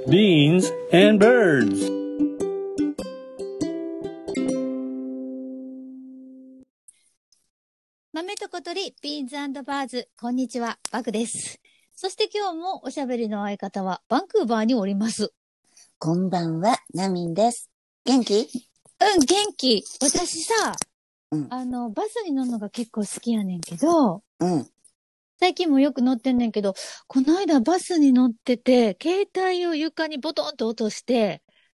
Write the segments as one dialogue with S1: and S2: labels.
S1: beans, and birds.
S2: 豆と小鳥、ビーンズ&バーズ。こんにちは、バグです。そして今日もおしゃべりの相方はバンクーバーにおります。
S3: こんばんは、ナミンです。元気？
S2: 元気。私さ、バスに乗るのが結構好きやねんけど、最近もよく乗ってんねんけど、この間バスに乗ってて、携帯を床にボトンと落として、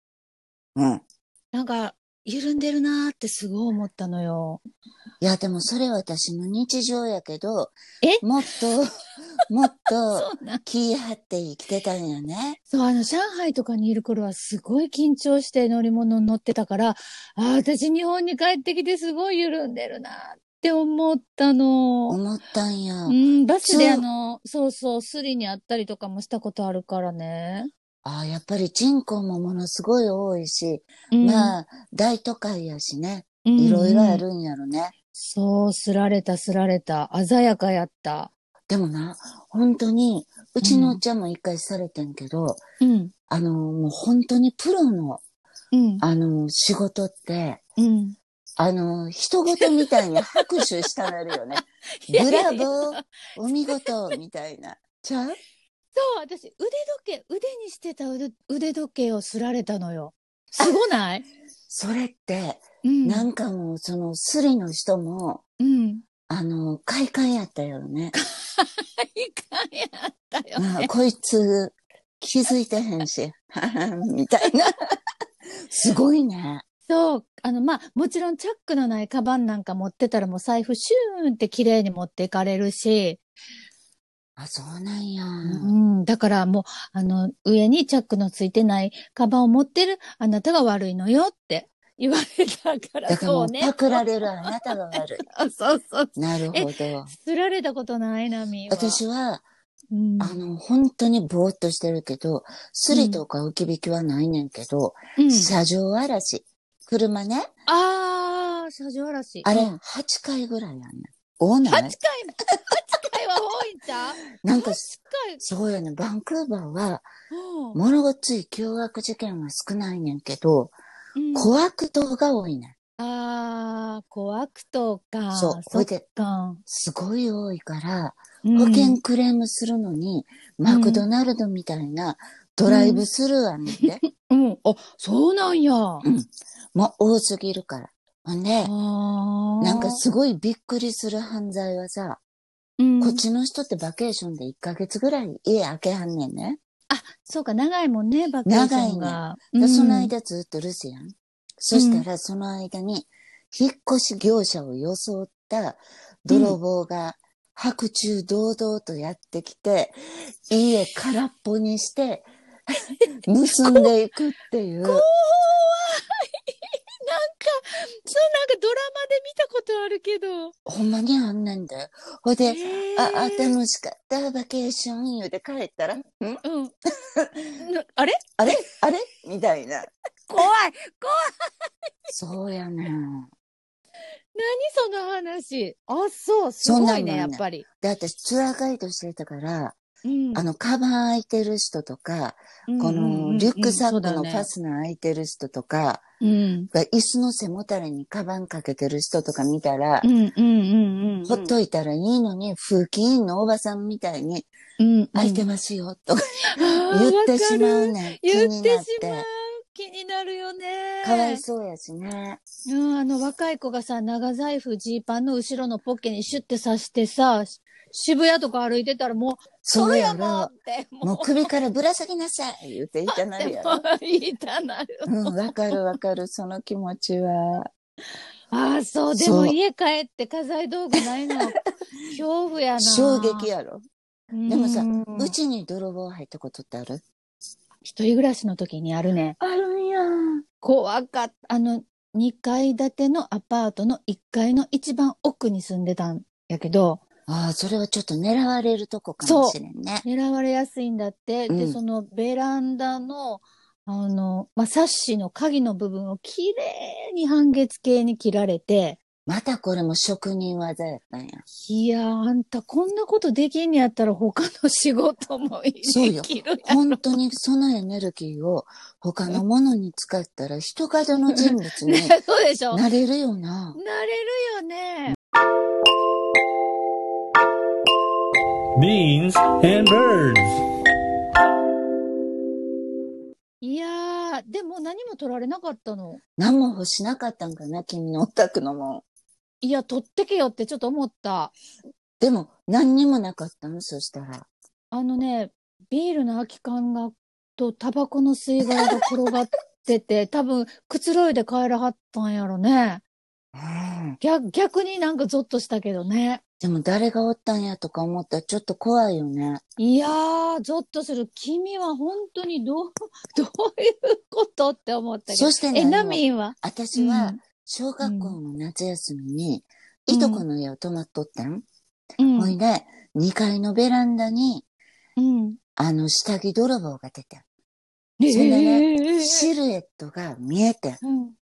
S2: なんか、緩んでるなーってすごい思ったのよ。
S3: いや、でもそれ私の日常やけど、もっと気張って生きてたんやね。
S2: そう、上海とかにいる頃はすごい緊張して乗り物に乗ってたから、私日本に帰ってきてすごい緩んでるなって思ったの。
S3: 思ったんや。
S2: バスでそうそう、スリにあったりとかもしたことあるからね。
S3: やっぱり人口もものすごい多いし、まあ、大都会やしね。いろいろあるんやろね。
S2: そう、すられた。鮮やかやった。
S3: でもな、本当に、うちのおっちゃんも一回されてんけど、もう本当にプロの、仕事って、人事みたいに拍手したなるよね。ブラボー、お見事、みたいな。ちゃう？
S2: そう、私、腕にしてた腕時計をすられたのよ。すごない？
S3: それって、なんかもう、その、スリの人も、快感やったよね。
S2: 快感やったよね。
S3: こいつ、気づいてへんし、みたいな。すごいね。
S2: そう。もちろんチャックのないカバンなんか持ってたらもう財布シューンって綺麗に持っていかれるし。
S3: そうなんや。
S2: だからもう、上にチャックのついてないカバンを持ってるあなたが悪いのよって言われたから。
S3: だからもう、パクられるあなたが悪い。
S2: そうそう。
S3: なるほど。
S2: すられたことないな、みーは。
S3: 私は、本当にぼーっとしてるけど、スリとか浮き引きはないねんけど、車上荒らし。車ね。
S2: 車上荒らし。
S3: あれ、8回ぐらいやんねん。多ない？
S2: 8回は多いんちゃう？
S3: なんか、そうやね。バンクーバーは、物ごっつい凶悪事件は少ないねんけど、小悪党が多いねん。
S2: 小悪党か。
S3: そう。
S2: そっか。
S3: すごい多いから、保険クレームするのに、マクドナルドみたいなドライブスルーあんねんで。
S2: そうなんや。
S3: もう多すぎるから。ほんで、なんかすごいびっくりする犯罪はさ、こっちの人ってバケーションで1ヶ月ぐらい家開けはんねんね。
S2: そうか、長いもんね、バケーションが。
S3: 長いね。その間ずっと留守やん。そしたらその間に、引っ越し業者を装った泥棒が白昼堂々とやってきて、家空っぽにして、盗んでいくっていう。
S2: 怖い。なんかドラマで見たことあるけど。
S3: ほんまにあんねんだよ。ほいで、楽しかった、バケーション言うて帰ったら、あれみたいな。
S2: 怖い。
S3: そうやねん。
S2: 何その話。そう、すごいね、やっぱり。
S3: で、私ツアーガイドしてたから、カバン開いてる人とか、このリュックサックのファスナー開いてる人とか、椅子の背もたれにカバンかけてる人とか見たら、ほっといたらいいのに、風紀委員のおばさんみたいに、開いてますよ、とか言ってしまうねん。
S2: 言ってしまう。気になるよね。
S3: かわいそうやしね。
S2: 若い子がさ、長財布ジーパンの後ろのポッケにシュッて刺してさ、渋谷とか歩いてたらもう、
S3: そうやろ。もう首からぶら下げなさい言って言いたなるやろ。
S2: 言いたなる。
S3: わかる、その気持ちは。
S2: そう、でも家帰って家財道具ないの。恐怖やな。
S3: 衝撃やろ。でもさ、うちに泥棒入ったことってある？
S2: 一人暮らしの時にあるね。
S3: あるんや。
S2: 怖かった。2階建てのアパートの1階の一番奥に住んでたんやけど。
S3: それはちょっと狙われるとこかもしれんね。
S2: 狙われやすいんだって。で、そのベランダの、サッシの鍵の部分をきれいに半月形に切られて、
S3: またこれも職人技やったんや。
S2: いやー、あんたこんなことできんねやったら他の仕事もできるやろ。
S3: 本当にそのエネルギーを他のものに使ったら人角の人物に
S2: そうでしょ。
S3: なれるよな。
S2: なれるよね。
S1: Beans and birds.
S2: いやー、でも何も取られなかったの。
S3: 何も欲しなかったんかな、君のお宅のも。
S2: いや、取ってけよってちょっと思った。
S3: でも、何にもなかったの、そしたら。
S2: ビールの空き缶とタバコの吸い殻が転がってて、多分、くつろいで帰らはったんやろね。逆になんかゾッとしたけどね。
S3: でも誰がおったんやとか思ったらちょっと怖いよね。
S2: いやー、ゾッとする。君は本当にどういうことって思ったけど。
S3: そして
S2: ナミンは
S3: 私は、小学校の夏休みに、いとこの家を泊まっとったん。ほいで、2階のベランダに、下着泥棒が出てん。そんでね、シルエットが見えてん。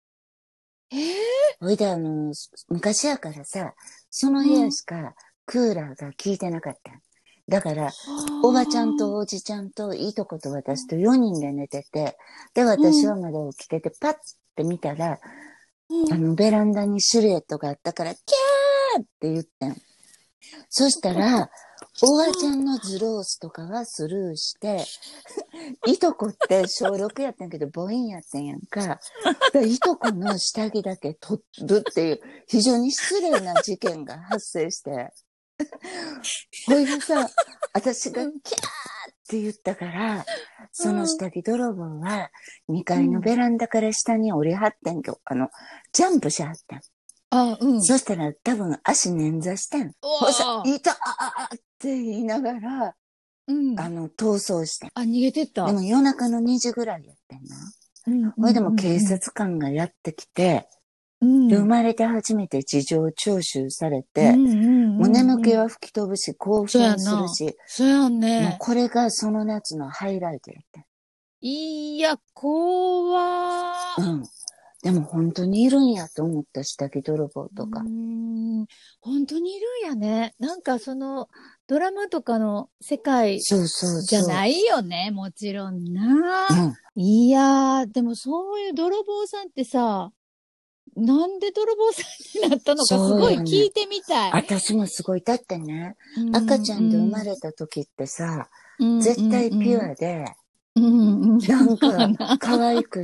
S3: ほいで昔やからさ、その部屋しかクーラーが効いてなかったん。だから、おばちゃんとおじちゃんといとこと私と4人で寝てて、で、私はまだ起きてて、パッて見たら、ベランダにシルエットがあったから、キャーって言ってん。そしたら、おばちゃんのズロースとかはスルーして、いとこって小6やったんけど母音やったんやんか。いとこの下着だけ取るっていう非常に失礼な事件が発生して。ほいでさ、私がキャーって言ったから、その下着泥棒は2階のベランダから下に降りはってんけど、ジャンプしはってん。そしたら多分足捻挫してん。ほさ、いたって言いながら、逃走してん。
S2: 逃げてった。
S3: でも夜中の2時ぐらいやってんな。ほいでも警察官がやってきて、で生まれて初めて事情聴取されて、もう眠気は吹き飛ぶし、興奮するし、
S2: そうやね。
S3: もうこれがその夏のハイライトやってん。
S2: いや、怖
S3: ー。でも本当にいるんやと思った下着泥棒とか。
S2: 本当にいるんやね。なんかドラマとかの世界じゃないよね。もちろんな。いやー、でもそういう泥棒さんってさ、なんで泥棒さんになったのかすごい聞いてみたい。
S3: 私もすごい。だってね、赤ちゃんで生まれた時ってさ、絶対ピュアで、なんか可愛くって、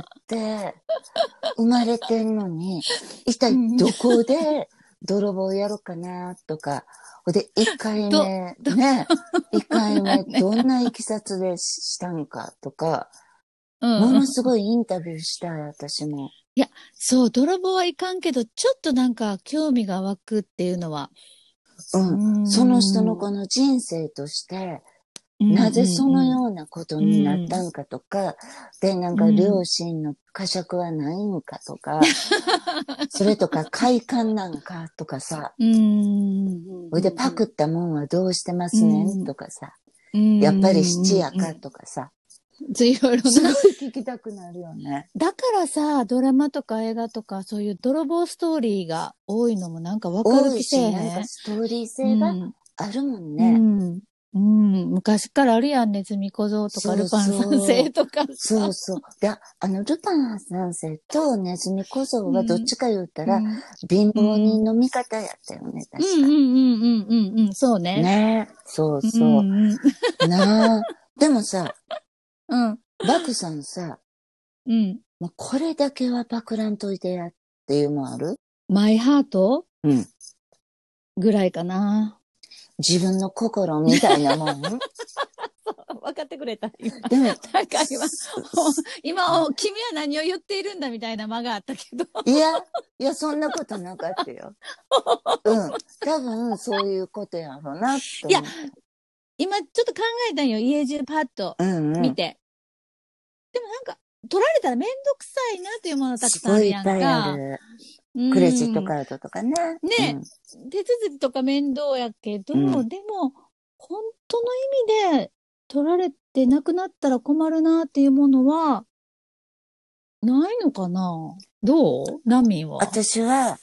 S3: 生まれてんのに、一体どこで泥棒やろうかなとか、で、1回目、1回目、どんな経きさつでしたんかとか、ものすごいインタビューしたい、私も。
S2: いや、そう、泥棒はいかんけど、ちょっとなんか興味が湧くっていうのは。
S3: その人のこの人生として、なぜそのようなことになったんかとか、で、なんか両親の呵責はないんかとか、それとか快感なんかとかさ、で、パクったもんはどうしてますねんとかさ、やっぱり七やかとかさ、
S2: いろいろ
S3: すごい聞きたくなるよね。
S2: だからさ、ドラマとか映画とか、そういう泥棒ストーリーが多いのもなんかわかる気せえへん。
S3: なんかストーリー性があるもんね。
S2: 昔からあるやん、ネズミ小僧とか、ルパン三世とか。
S3: そうそう。で、ルパン三世とネズミ小僧はどっちか言ったら、貧乏人の味方やったよね、確か。
S2: そうね。
S3: ねそうそう。なあ。でもさ、バクさんさ、もうこれだけはパクらんといてやっていうもんある？
S2: マイハート？ぐらいかな。
S3: 自分の心みたいなもん分
S2: かってくれた今。でも、なんか今、君は何を言っているんだみたいな間があったけど。
S3: いや、そんなことなかったよ。多分、そういうことやろうなって思った。いや、
S2: 今ちょっと考えたんよ。家中パッと見て。でもなんか、取られたらめんどくさいなっていうものたくさんあるやんか。
S3: すごいいっぱいある。クレジットカードとかね。
S2: 手続きとか面倒やけど、でも、本当の意味で取られてなくなったら困るなっていうものは、ないのかな？どう？ナミンは。
S3: 私は、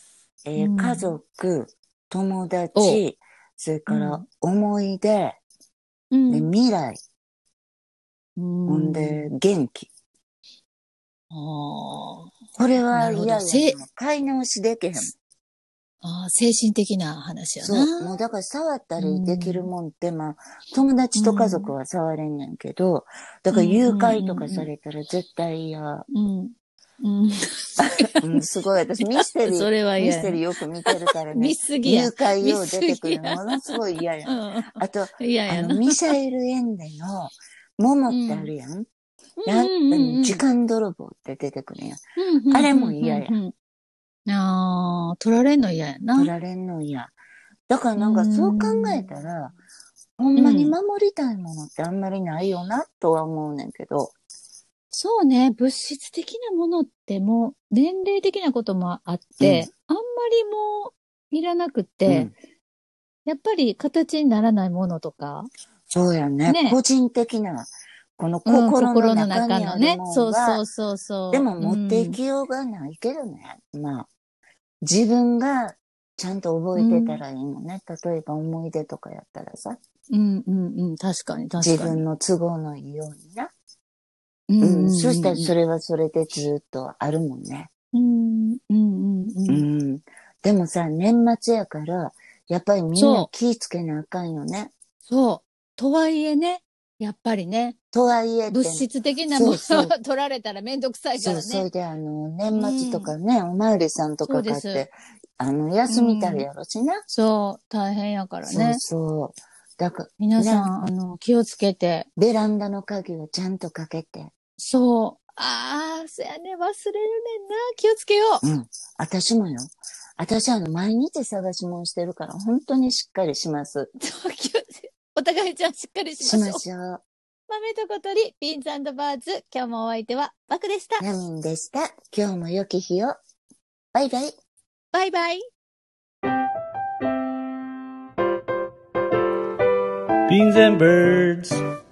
S3: 家族、友達、それから思い出、で未来、ほんで元気。これは嫌やな。買い直しできへん。
S2: 精神的な話やな。
S3: そう。もうだから触ったりできるもんって、まあ、友達と家族は触れんねんけど、だから誘拐とかされたら絶対嫌。すごい。私ミステリーよく見てるからね。誘拐よう出てくるのものすごい嫌や。あと、ミシャエル・エンデのモモってあるやん。時間泥棒って出てくるやん。あれも嫌や。
S2: 取られんの嫌やな。
S3: 取られんの嫌。だからなんかそう考えたら、ほんまに守りたいものってあんまりないよな、とは思うねんけど。
S2: そうね、物質的なものってもう、年齢的なこともあって、あんまりもう、いらなくて、やっぱり形にならないものとか。
S3: そうやね。個人的な、この心の中にあるものは、そう。でも持っていきようがないけどね。まあ、自分がちゃんと覚えてたらいいもんね。例えば思い出とかやったらさ。
S2: 確かに。
S3: 自分の都合のいいようにな。そしたらそれはそれでずっとあるもんね。でもさ、年末やから、やっぱりみんな気ぃつけなあかんよね。
S2: そう。とはいえね、やっぱりね。
S3: とはいえ
S2: 物質的なものを取られたらめんどくさいからね。
S3: それで年末とかね、おまわりさんとか買って、休みたいやろしな。
S2: そう、大変やからね。
S3: そう。だから、
S2: 皆さん、気をつけて。
S3: ベランダの鍵をちゃんとかけて。
S2: そう。そやね、忘れるねんな。気をつけよう。
S3: 私もよ。私毎日探し物してるから、本当にしっかりします。
S2: お互いじゃしっかりしましょう。
S3: しましょう。
S2: 豆と小鳥、ビーンズ&バーズ。今日もお相手は、バクでした。
S3: ヤミンでした。今日も良き日を。バイバイ。
S2: バイバイ。
S1: Beans and birds.